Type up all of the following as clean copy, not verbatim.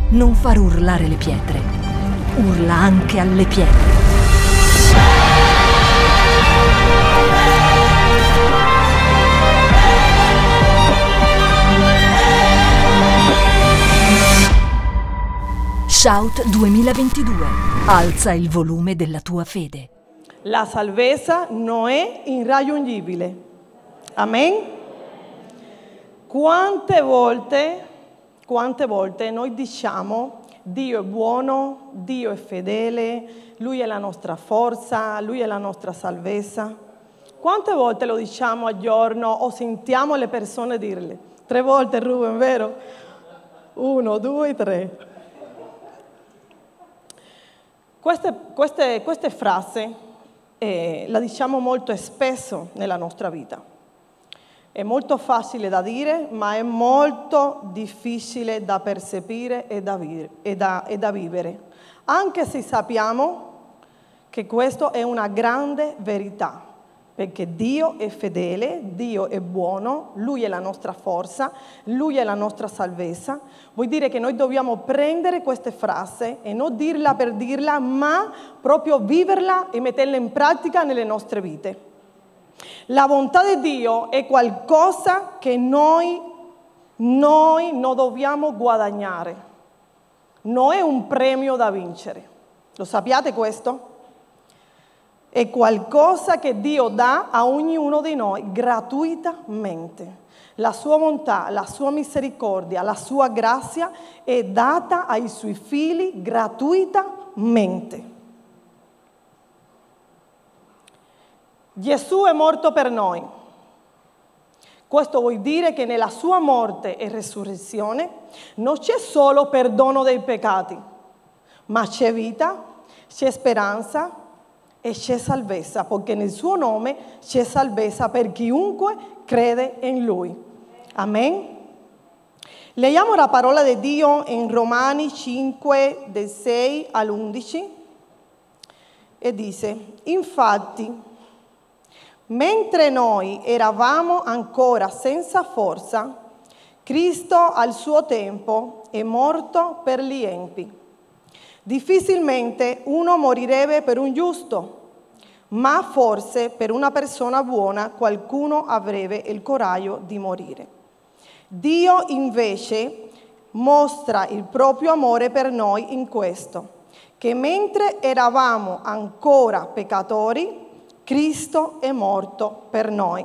Non far urlare le pietre. Urla anche alle pietre. Shout 2022. Alza il volume della tua fede. La salvezza non è irraggiungibile. Amen? Quante volte noi diciamo Dio è buono, Dio è fedele, Lui è la nostra forza, Lui è la nostra salvezza. Quante volte lo diciamo al giorno o sentiamo le persone dirle? 3 volte, Ruben, vero? 1, 2, 3. Queste frasi la diciamo molto spesso nella nostra vita. È molto facile da dire, ma è molto difficile da percepire e da vivere, anche se sappiamo che questo è una grande verità, perché Dio è fedele, Dio è buono, Lui è la nostra forza, Lui è la nostra salvezza. Vuol dire che noi dobbiamo prendere queste frasi e non dirla per dirla, ma proprio viverla e metterla in pratica nelle nostre vite. La bontà di Dio è qualcosa che noi non dobbiamo guadagnare, non è un premio da vincere. Lo sappiate questo? È qualcosa che Dio dà a ognuno di noi gratuitamente. La sua bontà, la sua misericordia, la sua grazia è data ai suoi figli gratuitamente. Gesù è morto per noi. Questo vuol dire che nella sua morte e resurrezione non c'è solo perdono dei peccati, ma c'è vita, c'è speranza e c'è salvezza, perché nel suo nome c'è salvezza per chiunque crede in Lui. Amen. Leggiamo la parola di Dio in Romani 5, del 6 all'11, e dice: infatti, mentre noi eravamo ancora senza forza, Cristo al suo tempo è morto per gli empi. Difficilmente uno morirebbe per un giusto, ma forse per una persona buona qualcuno avrebbe il coraggio di morire. Dio invece mostra il proprio amore per noi in questo, che mentre eravamo ancora peccatori, Cristo è morto per noi.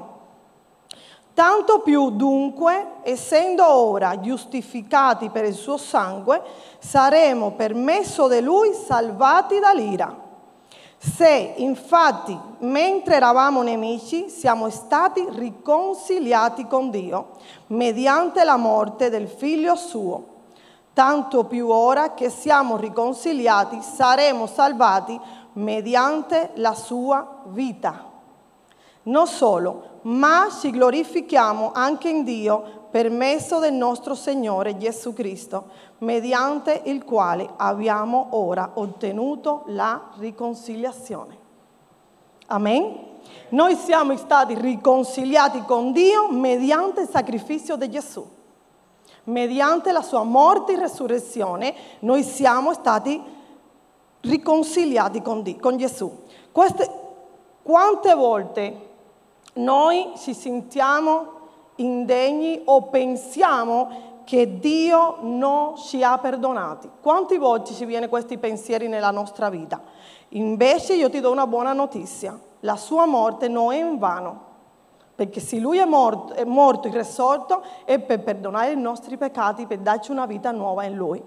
Tanto più dunque, essendo ora giustificati per il suo sangue, saremo per mezzo di Lui salvati dall'ira. Se infatti, mentre eravamo nemici, siamo stati riconciliati con Dio mediante la morte del Figlio suo, tanto più ora che siamo riconciliati saremo salvati mediante la sua vita. Non solo, ma ci glorifichiamo anche in Dio per mezzo del nostro Signore Gesù Cristo, mediante il quale abbiamo ora ottenuto la riconciliazione. Amen? Noi siamo stati riconciliati con Dio mediante il sacrificio di Gesù. Mediante la sua morte e resurrezione, noi siamo stati riconciliati con Gesù. Quante volte noi ci sentiamo indegni o pensiamo che Dio non ci ha perdonati? Quante volte ci viene questi pensieri nella nostra vita? Invece io ti do una buona notizia: la sua morte non è in vano, perché se Lui è morto e risorto è per perdonare i nostri peccati, per darci una vita nuova in Lui.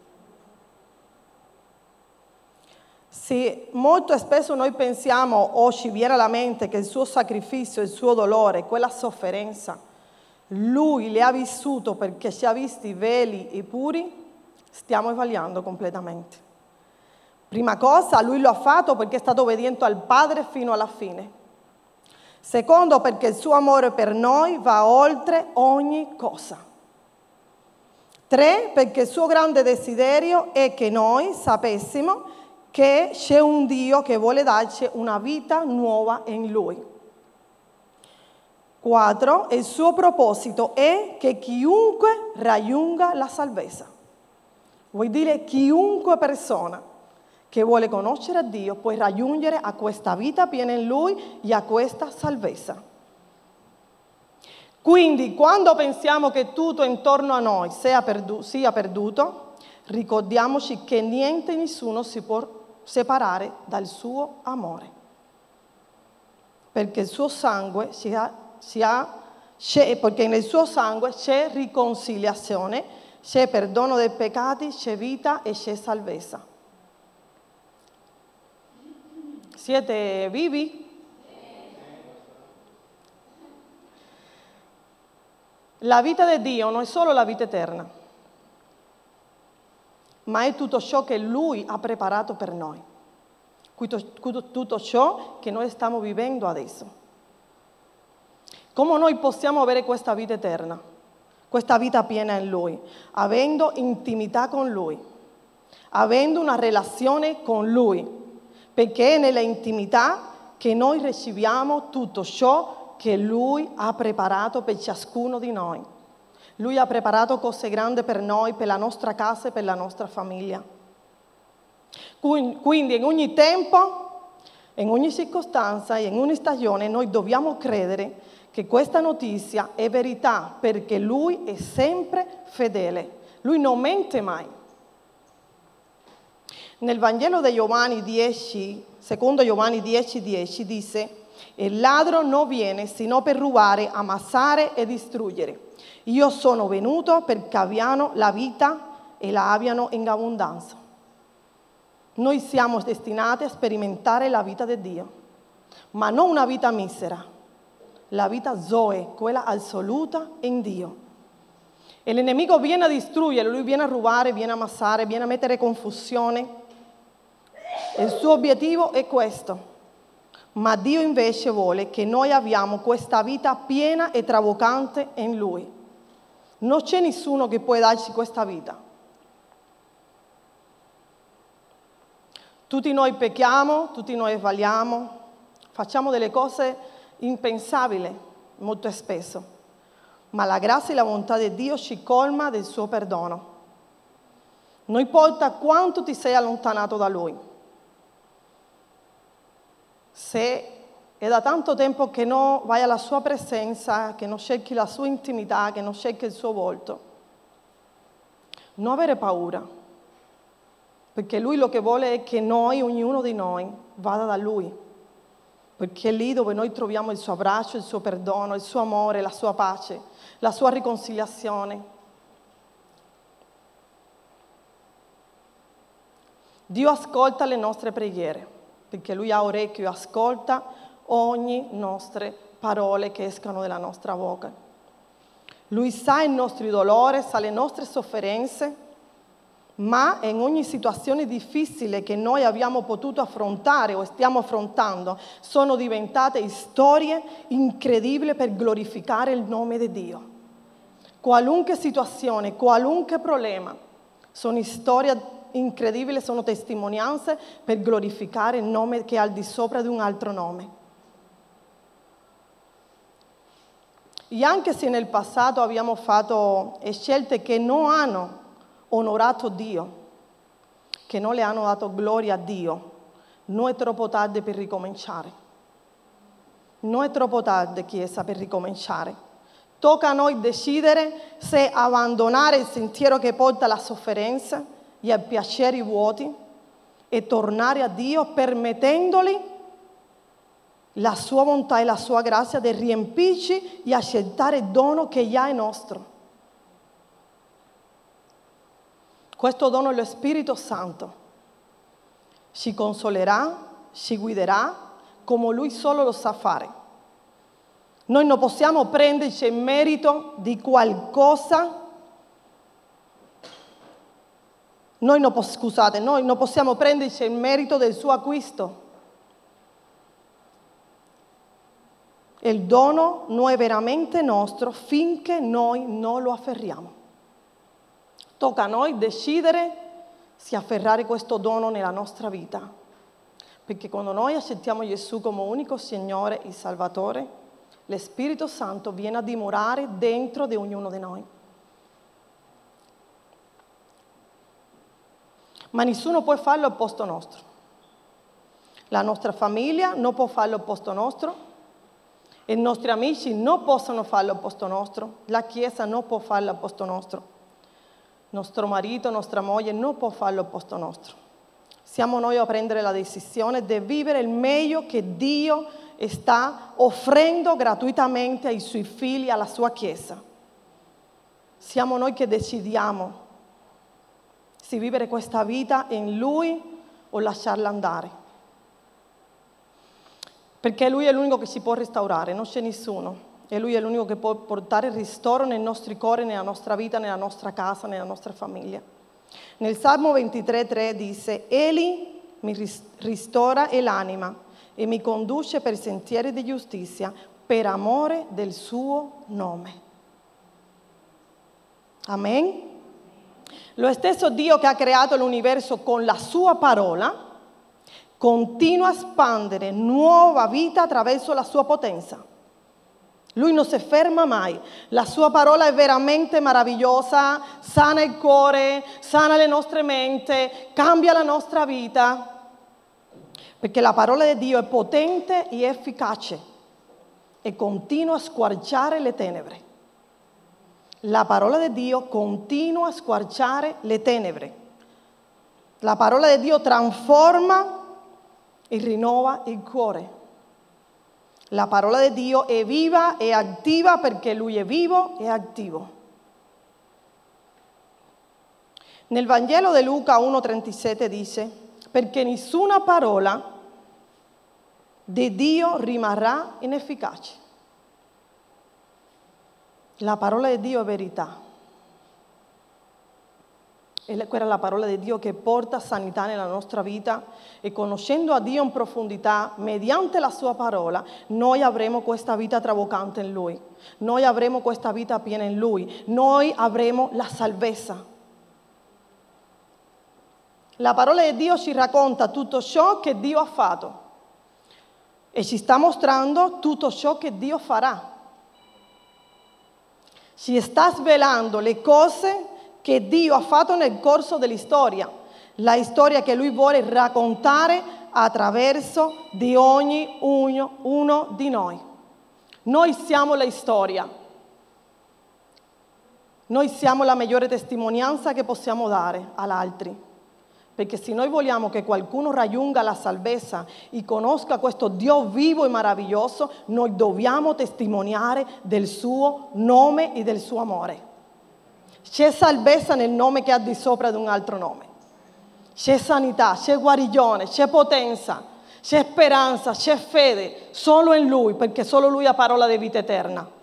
Se molto spesso noi pensiamo o ci viene alla mente che il suo sacrificio, il suo dolore, quella sofferenza, Lui le ha vissuto perché ci ha visti veri e puri, stiamo sbagliando completamente. Prima cosa, Lui lo ha fatto perché è stato obbediente al Padre fino alla fine. Secondo, perché il suo amore per noi va oltre ogni cosa. 3, perché il suo grande desiderio è che noi sapessimo che c'è un Dio che vuole darci una vita nuova in Lui. 4, il suo proposito è che chiunque raggiunga la salvezza. Vuol dire chiunque persona che vuole conoscere a Dio può raggiungere a questa vita piena in Lui e a questa salvezza. Quindi quando pensiamo che tutto intorno a noi sia perduto, ricordiamoci che niente e nessuno si può separare dal suo amore. Perché il suo sangue perché nel suo sangue c'è riconciliazione, c'è perdono dei peccati, c'è vita e c'è salvezza. Siete vivi? La vita di Dio non è solo la vita eterna, ma è tutto ciò che Lui ha preparato per noi, tutto ciò che noi stiamo vivendo adesso. Come noi possiamo avere questa vita eterna, questa vita piena in Lui? Avendo intimità con Lui, avendo una relazione con Lui, perché è nella intimità che noi riceviamo tutto ciò che Lui ha preparato per ciascuno di noi. Lui ha preparato cose grandi per noi, per la nostra casa e per la nostra famiglia. Quindi in ogni tempo, in ogni circostanza e in ogni stagione noi dobbiamo credere che questa notizia è verità, perché Lui è sempre fedele. Lui non mente mai. Nel Vangelo di Giovanni 10, secondo Giovanni 10:10 dice: il ladro non viene sino per rubare, ammazzare e distruggere. Io sono venuto perché abbiano la vita e la abbiano in abbondanza. Noi siamo destinati a sperimentare la vita di Dio, ma non una vita misera, la vita Zoe, quella assoluta in Dio. E l'ennemico viene a distruggere, lui viene a rubare, viene a ammazzare, viene a mettere confusione. Il suo obiettivo è questo. Ma Dio invece vuole che noi abbiamo questa vita piena e traboccante in Lui. Non c'è nessuno che può darci questa vita. Tutti noi pecchiamo, tutti noi sbagliamo, facciamo delle cose impensabili molto spesso, ma la grazia e la bontà di Dio ci colma del suo perdono. Non importa quanto ti sei allontanato da Lui. Se è da tanto tempo che non vai alla sua presenza, che non cerchi la sua intimità, che non cerchi il suo volto, non avere paura, perché Lui lo che vuole è che noi, ognuno di noi, vada da Lui, perché è lì dove noi troviamo il suo abbraccio, il suo perdono, il suo amore, la sua pace, la sua riconciliazione. Dio ascolta le nostre preghiere, perché Lui ha orecchio e ascolta ogni nostre parole che escano dalla nostra bocca. Lui sa i nostri dolori, sa le nostre sofferenze, ma in ogni situazione difficile che noi abbiamo potuto affrontare o stiamo affrontando, sono diventate storie incredibili per glorificare il nome di Dio. Qualunque situazione, qualunque problema, sono storie incredibili, sono testimonianze per glorificare il nome che è al di sopra di un altro nome. E anche se nel passato abbiamo fatto scelte che non hanno onorato Dio, che non le hanno dato gloria a Dio, non è troppo tardi per ricominciare. Non è troppo tardi, Chiesa, per ricominciare. Tocca a noi decidere se abbandonare il sentiero che porta alla sofferenza e a piaceri vuoti e tornare a Dio permettendogli la sua bontà e la sua grazia di riempirci e accettare il dono che già è nostro. Questo dono è lo Spirito Santo. Ci consolerà, ci guiderà come Lui solo lo sa fare. Noi non possiamo prenderci il merito di qualcosa. Noi non possiamo prenderci il merito del suo acquisto. Il dono non è veramente nostro finché noi non lo afferriamo. Tocca a noi decidere se afferrare questo dono nella nostra vita. Perché quando noi accettiamo Gesù come unico Signore e Salvatore, lo Spirito Santo viene a dimorare dentro di ognuno di noi. ma nessuno può farlo al posto nostro. La nostra famiglia non può farlo al posto nostro, i nostri amici non possono farlo al posto nostro, la Chiesa non può farlo al posto nostro, nostro marito, nostra moglie non può farlo al posto nostro. Siamo noi a prendere la decisione di vivere il meglio che Dio sta offrendo gratuitamente ai suoi figli, alla sua Chiesa. Siamo noi che decidiamo se vivere questa vita in Lui o lasciarla andare. Perché Lui è l'unico che ci può restaurare, non c'è nessuno. E Lui è l'unico che può portare il ristoro nei nostri cuori, nella nostra vita, nella nostra casa, nella nostra famiglia. Nel Salmo 23,3 dice: Egli mi ristora l'anima e mi conduce per sentieri di giustizia per amore del suo nome. Amen. Lo stesso Dio che ha creato l'universo con la sua parola continua a espandere nuova vita attraverso la sua potenza. Lui non si ferma mai. La sua parola è veramente meravigliosa, sana il cuore, sana le nostre menti, cambia la nostra vita. Perché la parola di Dio è potente e efficace e continua a squarciare le tenebre. La parola di Dio continua a squarciare le tenebre. La parola di Dio trasforma e rinnova il cuore. La parola di Dio è viva e attiva perché Lui è vivo e attivo. Nel Vangelo di Luca 1,37 dice: perché nessuna parola di Dio rimarrà inefficace. La parola di Dio è verità. E quella è la parola di Dio che porta sanità nella nostra vita, e conoscendo a Dio in profondità, mediante la sua parola, noi avremo questa vita traboccante in Lui. Noi avremo questa vita piena in Lui. Noi avremo la salvezza. La parola di Dio ci racconta tutto ciò che Dio ha fatto e ci sta mostrando tutto ciò che Dio farà. Ci sta svelando le cose che Dio ha fatto nel corso dell'istoria, la storia che Lui vuole raccontare attraverso di uno di noi. Noi siamo la storia. Noi siamo la migliore testimonianza che possiamo dare agli altri. Perché se noi vogliamo che qualcuno raggiunga la salvezza e conosca questo Dio vivo e meraviglioso, noi dobbiamo testimoniare del suo nome e del suo amore. C'è salvezza nel nome che ha di sopra di un altro nome. C'è sanità, c'è guarigione, c'è potenza, c'è speranza, c'è fede, solo in Lui, perché solo Lui ha parola di vita eterna.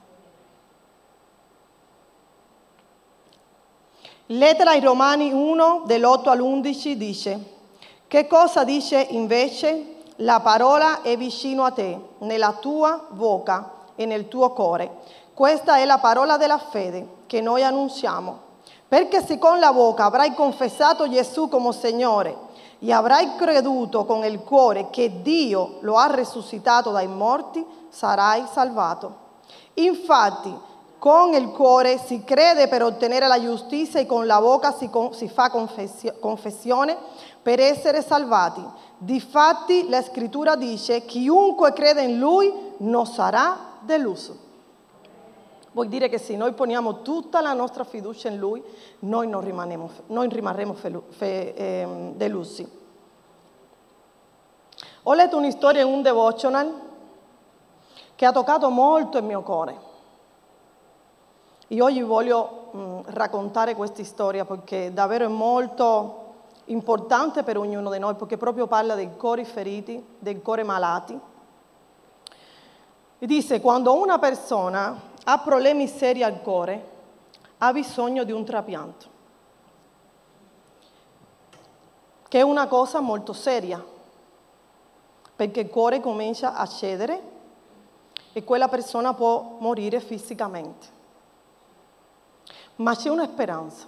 Lettera ai Romani 1, dell'8 all'11 dice: che cosa dice invece? La parola è vicino a te, nella tua bocca e nel tuo cuore. Questa è la parola della fede che noi annunziamo. Perché se con la bocca avrai confessato Gesù come Signore e avrai creduto con il cuore che Dio lo ha risuscitato dai morti, sarai salvato. Infatti, con il cuore si crede per ottenere la giustizia e con la bocca si fa confessione per essere salvati. Difatti la scrittura dice: chiunque crede in Lui non sarà deluso. Vuol dire che se noi poniamo tutta la nostra fiducia in Lui, noi non rimarremo delusi. Ho letto una storia in un devotional che ha toccato molto il mio cuore. E oggi voglio raccontare questa storia perché davvero è molto importante per ognuno di noi, perché proprio parla dei cuori feriti, dei cuori malati. E dice: quando una persona ha problemi seri al cuore, ha bisogno di un trapianto, che è una cosa molto seria, perché il cuore comincia a cedere e quella persona può morire fisicamente. Ma c'è una speranza,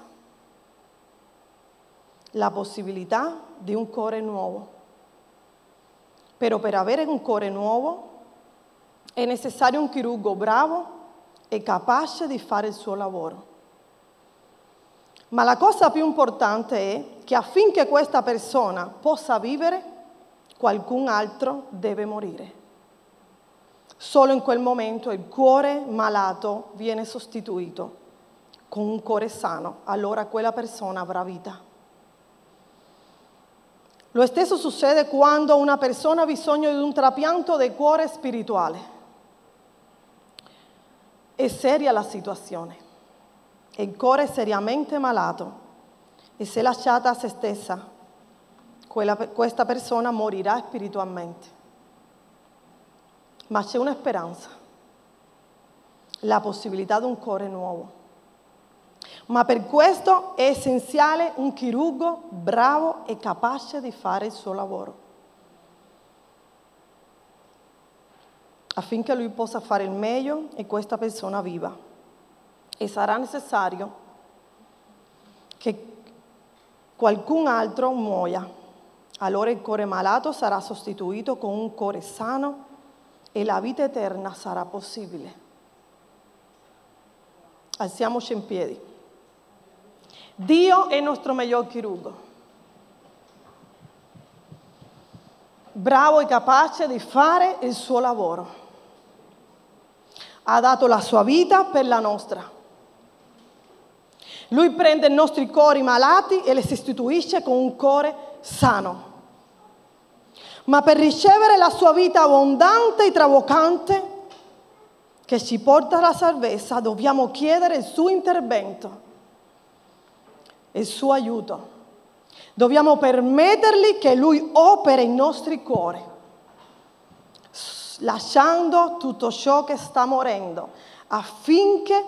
la possibilità di un cuore nuovo. Però per avere un cuore nuovo è necessario un chirurgo bravo e capace di fare il suo lavoro. Ma la cosa più importante è che affinché questa persona possa vivere, qualcun altro deve morire. Solo in quel momento il cuore malato viene sostituito con un cuore sano, allora quella persona avrà vita. Lo stesso succede quando una persona ha bisogno di un trapianto del cuore spirituale. È seria la situazione, il cuore è seriamente malato e se lasciata a se stessa, questa persona morirà spiritualmente. Ma c'è una speranza, la possibilità di un cuore nuovo. Ma per questo è essenziale un chirurgo bravo e capace di fare il suo lavoro, affinché lui possa fare il meglio e questa persona viva. E sarà necessario che qualcun altro muoia. Allora il cuore malato sarà sostituito con un cuore sano e la vita eterna sarà possibile. Alziamoci in piedi. Dio è il nostro miglior chirurgo, bravo e capace di fare il suo lavoro. Ha dato la sua vita per la nostra. Lui prende i nostri cuori malati e li sostituisce con un cuore sano. Ma per ricevere la sua vita abbondante e traboccante che ci porta alla salvezza, dobbiamo chiedere il suo intervento, il suo aiuto. Dobbiamo permettergli che lui operi nei nostri cuori, lasciando tutto ciò che sta morendo, affinché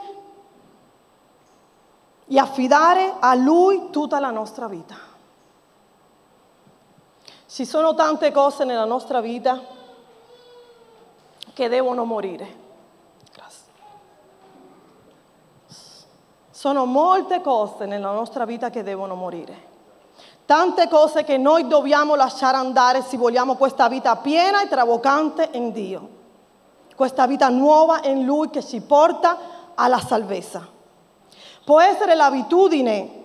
e affidare a lui tutta la nostra vita. Ci sono tante cose nella nostra vita che devono morire. Grazie. Sono molte cose nella nostra vita che devono morire. Tante cose che noi dobbiamo lasciare andare se vogliamo questa vita piena e traboccante in Dio. Questa vita nuova in Lui che ci porta alla salvezza. Può essere l'abitudine.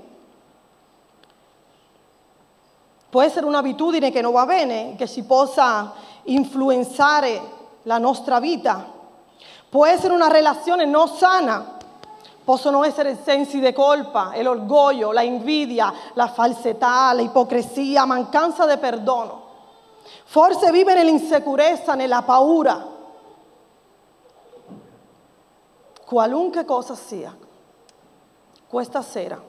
Può essere un'abitudine che non va bene, che ci possa influenzare la nostra vita. Può essere una relazione non sana. Possono essere sensi di colpa, l'orgoglio, la invidia, la falsità, l'ipocrisia, mancanza di perdono. Forse vive nell'insicurezza, nella paura. Qualunque cosa sia, questa sera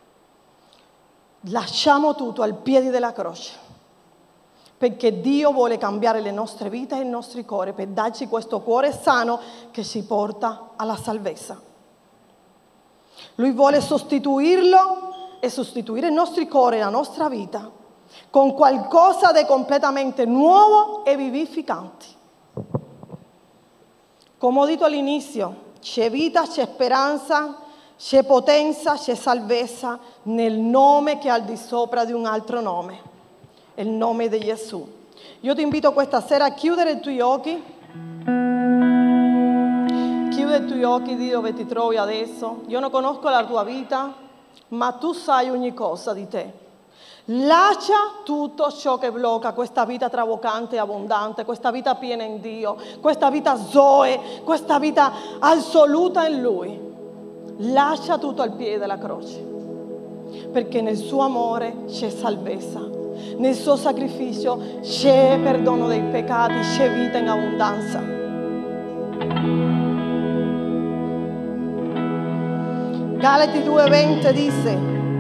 lasciamo tutto al piede della croce, perché Dio vuole cambiare le nostre vite e i nostri cuori per darci questo cuore sano che ci porta alla salvezza. Lui vuole sostituirlo e sostituire i nostri cuori e la nostra vita con qualcosa di completamente nuovo e vivificante. Come ho detto all'inizio, c'è vita, c'è speranza, c'è potenza, c'è salvezza nel nome che è al di sopra di un altro nome, il nome di Gesù. Io ti invito questa sera a chiudere i tuoi occhi. Chiudi i tuoi occhi di dove ti trovi adesso. Io non conosco la tua vita, ma tu sai ogni cosa di te. Lascia tutto ciò che blocca questa vita traboccante e abbondante, questa vita piena in Dio, questa vita Zoe, questa vita assoluta in Lui. Lascia tutto al piede della croce, perché nel suo amore c'è salvezza, nel suo sacrificio c'è perdono dei peccati, c'è vita in abbondanza. Galati 2:20 dice: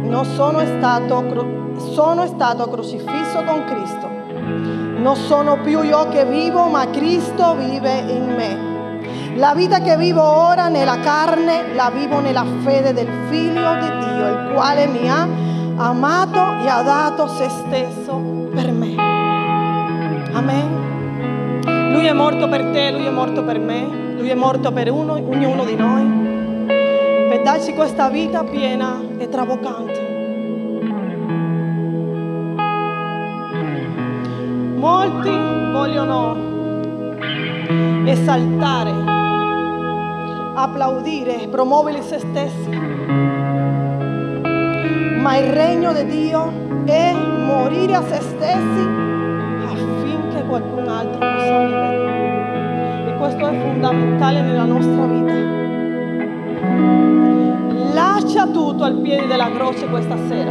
sono stato crocifisso con Cristo, non sono più io che vivo, ma Cristo vive in me. La vita che vivo ora nella carne la vivo nella fede del Figlio di Dio, il quale mi ha amato e ha dato se stesso per me. Amen. Lui è morto per te, Lui è morto per me, Lui è morto per ognuno di noi, per darci questa vita piena e traboccante. Molti vogliono esaltare, applaudire, promuovere se stessi, Ma il regno di Dio è morire a se stessi affinché qualcun altro possa vivere. E questo è fondamentale nella nostra vita. Lascia tutto al piede della croce questa sera.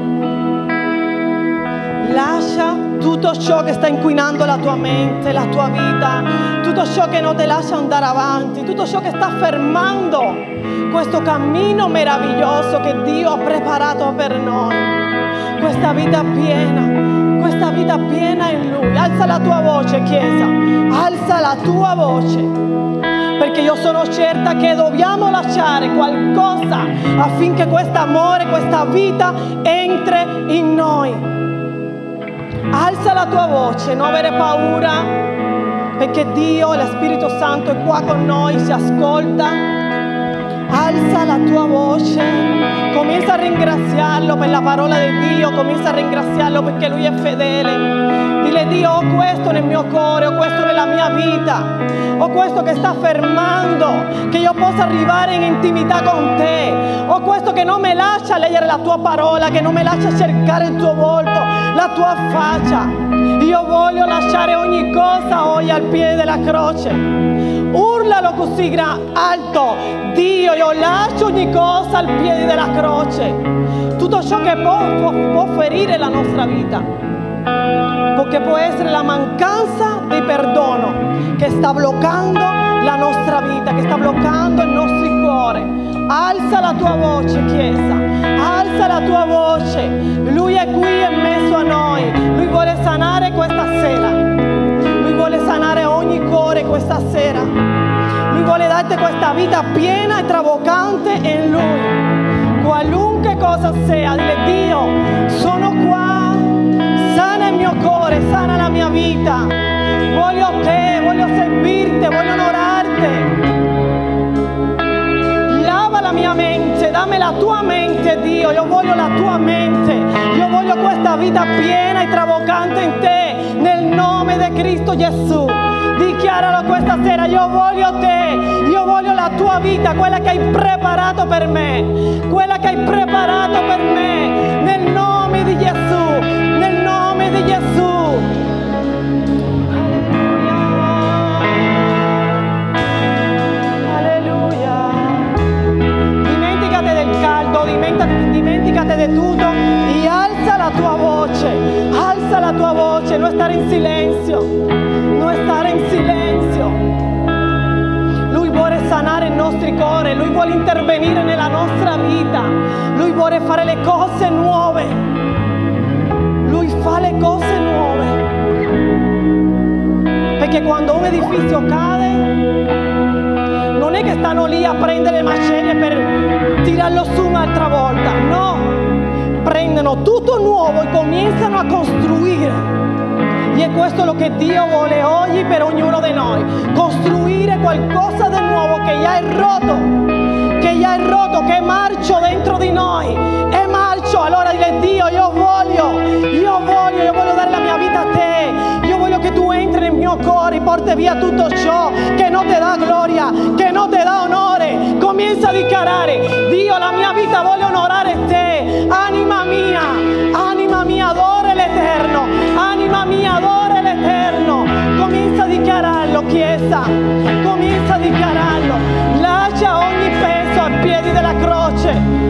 Lascia tutto ciò che sta inquinando la tua mente, la tua vita, tutto ciò che non ti lascia andare avanti, tutto ciò che sta fermando questo cammino meraviglioso che Dio ha preparato per noi. Questa vita piena in Lui. Alza la tua voce, Chiesa, alza la tua voce. Perché io sono certa che dobbiamo lasciare qualcosa affinché questo amore, questa vita entri in noi. Alza la tua voce, non avere paura, perché Dio, lo Spirito Santo è qua con noi, si ascolta. Alza la tua voce, comienza a ringraziarlo per la parola di Dio, comienza a ringraziarlo perché Lui è fedele. Dile: Dio, ho questo nel mio cuore, ho questo nella mia vita, ho questo che sta fermando che io possa arrivare in intimità con te, ho questo che non mi lascia leggere la tua parola, che non mi lascia cercare il tuo volto, la tua faccia. Io voglio lasciare ogni cosa oggi al piede della croce. Urlalo così alto: Dio, io lascio ogni cosa al piede della croce. Tutto ciò che può ferire la nostra vita, perché può essere la mancanza di perdono che sta bloccando la nostra vita, che sta bloccando il nostro cuore. Alza la tua voce, Chiesa, alza la tua voce. Lui è qui in mezzo a noi. Lui vuole sanare questa sera. Lui vuole sanare ogni cuore questa sera. Lui vuole darti questa vita piena e traboccante in Lui. Qualunque cosa sia, dile: Dio, sono qua, sana il mio cuore, sana la mia vita. Voglio te, voglio servirti, voglio onorarti. Lava la mia mente, dammi la tua mente, Dio. Io voglio la tua mente. Io voglio questa vita piena e traboccante in te, nel nome di Cristo Gesù. Dichiaralo questa sera: io voglio te, io voglio la tua vita, quella che hai preparato per me, quella che hai preparato per me, nel nome di Gesù, nel nome di Gesù. Alleluia, alleluia. Dimenticate del caldo, dimenticate di tutto e alza la tua voce, non stare in silenzio. Non stare in silenzio. Lui vuole sanare i nostri cuori, Lui vuole intervenire nella nostra vita, Lui vuole fare le cose nuove. Lui fa le cose nuove. Perché quando un edificio cade, non è che stanno lì a prendere le macerie per tirarlo su un'altra volta, no, prendono tutto nuovo e cominciano a costruire. E questo è lo che Dio vuole oggi per ognuno di noi: costruire qualcosa di nuovo che già è rotto, che è marcio dentro di noi, è marcio. Allora dile: Dio, io voglio dare la mia vita a te, io voglio che tu entri nel mio cuore, porti via tutto ciò che non ti dà gloria, che non ti dà onore. Comienza a dichiarare: Dio, la mia vita voglio onorare te, anima mia, adora l'Eterno, anima mia, adora l'Eterno. Comienza a dichiararlo, Chiesa, comienza a dichiararlo. Lascia ogni peso ai piedi della croce.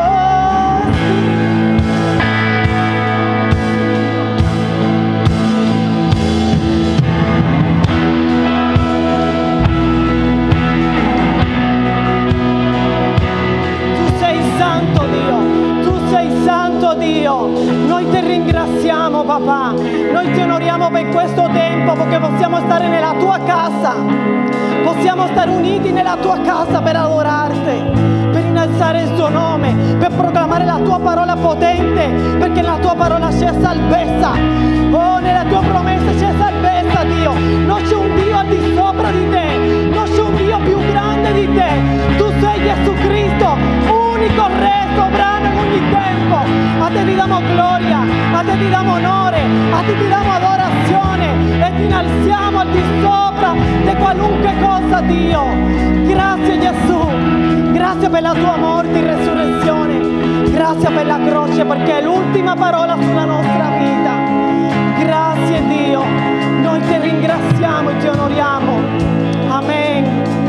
Dio, noi ti ringraziamo, papà, noi ti onoriamo per questo tempo, perché possiamo stare nella tua casa, possiamo stare uniti nella tua casa per adorarti, per innalzare il tuo nome, per proclamare la tua parola potente, perché nella tua parola c'è salvezza. Oh, nella tua promessa c'è salvezza, Dio. Non c'è un Dio al di sopra di te, non c'è un Dio più grande di te. Tu sei Gesù Cristo, unico Re sovrano in ogni tempo. A te ti diamo gloria, a te ti diamo onore, a te ti diamo adorazione e ti innalziamo al di sopra di qualunque cosa, Dio. Grazie Gesù, grazie per la tua morte e resurrezione. Grazie per la croce, perché è l'ultima parola sulla nostra vita. Grazie Dio, noi ti ringraziamo e ti onoriamo. Amen.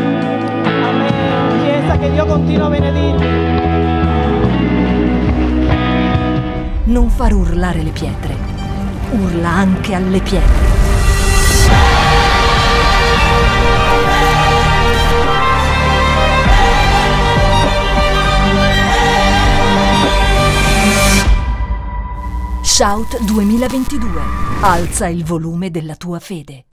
Amen. Chiesa, che Dio continua a benedirvi. Non far urlare le pietre, urla anche alle pietre. Shout 2022. Alza il volume della tua fede.